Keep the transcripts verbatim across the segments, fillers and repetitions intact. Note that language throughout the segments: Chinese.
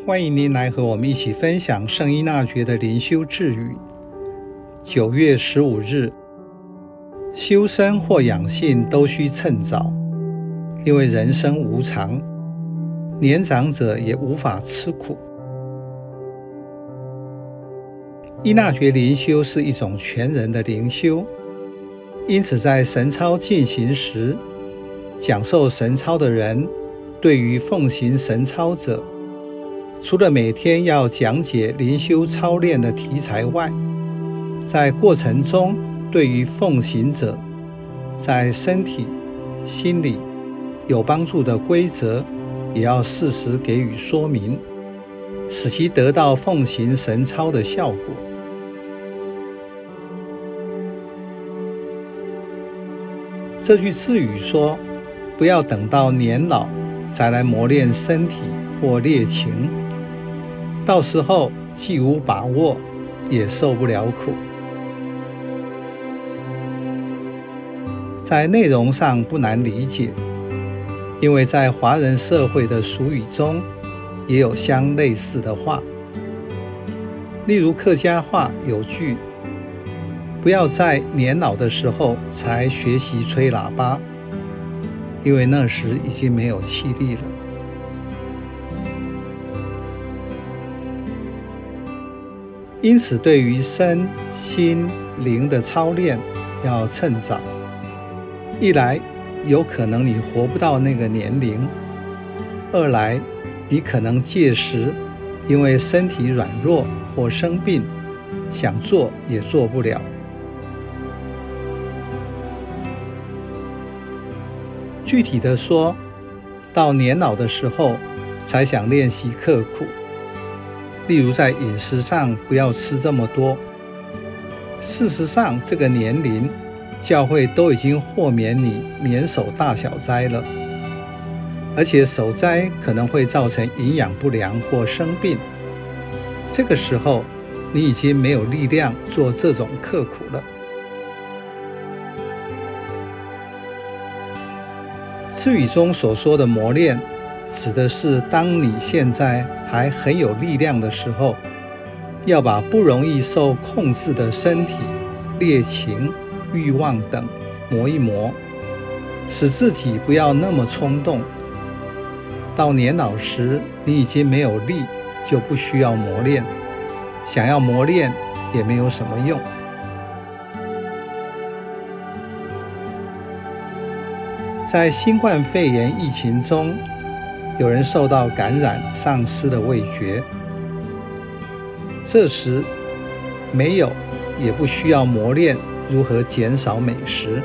欢迎您来和我们一起分享圣依纳爵的灵修智语。九月十五日，修身或养性都需趁早，因为人生无常，年长者也无法吃苦。依纳爵灵修是一种全人的灵修，因此在神操进行时，讲授神操的人对于奉行神操者，除了每天要讲解灵修操练的题材外，在过程中对于奉行者在身体、心理有帮助的规则，也要适时给予说明，使其得到奉行神操的效果。这句智语说，不要等到年老才来磨练身体或烈情，到时候既无把握，也受不了苦。在内容上不难理解，因为在华人社会的俗语中也有相类似的话。例如客家话有句，不要在年老的时候才学习吹喇叭，因为那时已经没有气力了。因此对于身心灵的操练要趁早，一来有可能你活不到那个年龄，二来你可能届时因为身体软弱或生病，想做也做不了。具体的说，到年老的时候才想练习刻苦，例如在饮食上不要吃这么多。事实上这个年龄，教会都已经豁免你免守大小斋了，而且守斋可能会造成营养不良或生病，这个时候你已经没有力量做这种刻苦了。智语中所说的磨练，指的是当你现在还很有力量的时候，要把不容易受控制的身体、烈情、欲望等磨一磨，使自己不要那么冲动。到年老时，你已经没有力，就不需要磨练，想要磨练也没有什么用。在新冠肺炎疫情中，有人受到感染，丧失了味觉。这时没有也不需要磨练如何减少美食，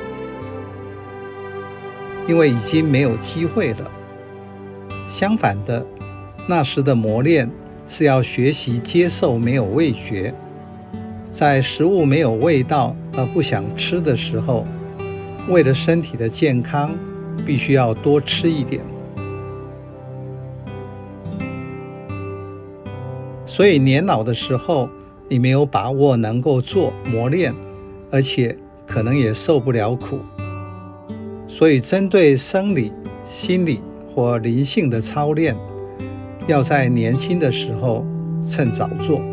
因为已经没有机会了。相反的，那时的磨练是要学习接受没有味觉，在食物没有味道而不想吃的时候，为了身体的健康，必须要多吃一点。所以年老的时候，你没有把握能够做磨练，而且可能也受不了苦。所以针对生理、心理或灵性的操练，要在年轻的时候趁早做。